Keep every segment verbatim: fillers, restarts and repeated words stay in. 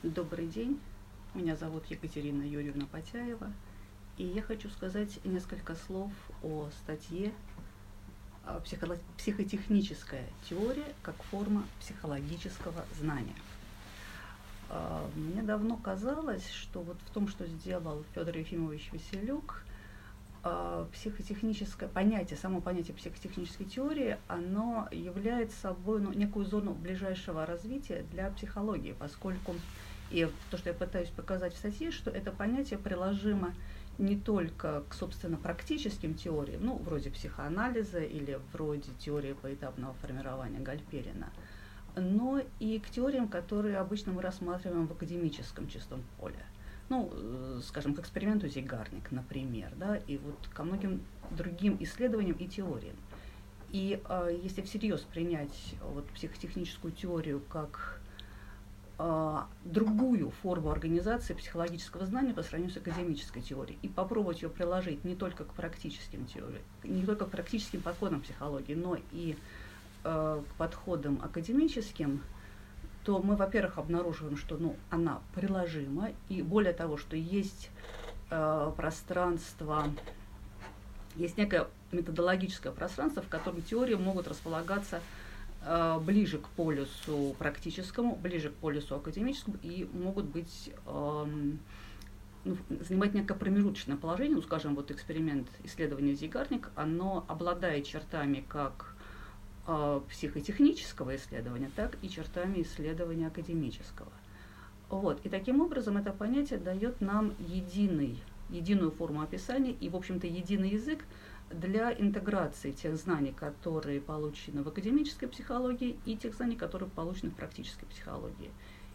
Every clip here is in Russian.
Добрый день, меня зовут Екатерина Юрьевна Потяева, и я хочу сказать несколько слов о статье «Психо- «Психотехническая теория как форма психологического знания». Мне давно казалось, что вот в том, что сделал Федор Ефимович Василюк, психотехническое понятие, само понятие психотехнической теории, оно является собой ну, некую зону ближайшего развития для психологии, поскольку, и то, что я пытаюсь показать в статье, что это понятие приложимо не только к, собственно, практическим теориям, ну, вроде психоанализа или вроде теории поэтапного формирования Гальперина, но и к теориям, которые обычно мы рассматриваем в академическом чистом поле. Ну, скажем, к эксперименту Зейгарник, например, да, и вот ко многим другим исследованиям и теориям. И э, если всерьез принять вот, психотехническую теорию как э, другую форму организации психологического знания по сравнению с академической теорией, и попробовать ее приложить не только к практическим теориям, не только к практическим подходам психологии, но и э, к подходам академическим, то мы, во-первых, обнаруживаем, что ну, она приложима, и более того, что есть э, пространство, есть некое методологическое пространство, в котором теории могут располагаться э, ближе к полюсу практическому, ближе к полюсу академическому, и могут быть, э, ну, занимать некое промежуточное положение. Ну, скажем, вот эксперимент исследования Зейгарник, оно обладает чертами как психотехнического исследования, так и чертами исследования академического. Вот. И таким образом это понятие дает нам единый, единую форму описания и, в общем-то, единый язык для интеграции тех знаний, которые получены в академической психологии, и тех знаний, которые получены в практической психологии.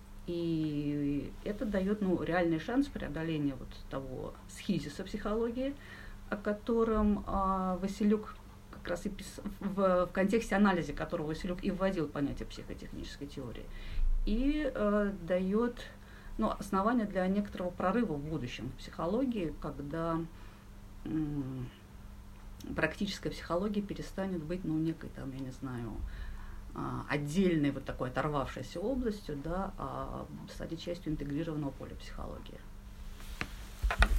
И это дает ну, реальный шанс преодоления вот того схизиса психологии, о котором а, Василюк как раз и пис... в, в контексте анализа, которого Василюк и вводил понятие психотехнической теории, и э, дает ну, основания для некоторого прорыва в будущем в психологии, когда м- практическая психология перестанет быть, ну, некой там, я не знаю, отдельной вот такой оторвавшейся областью, да, а станет частью интегрированного поля психологии.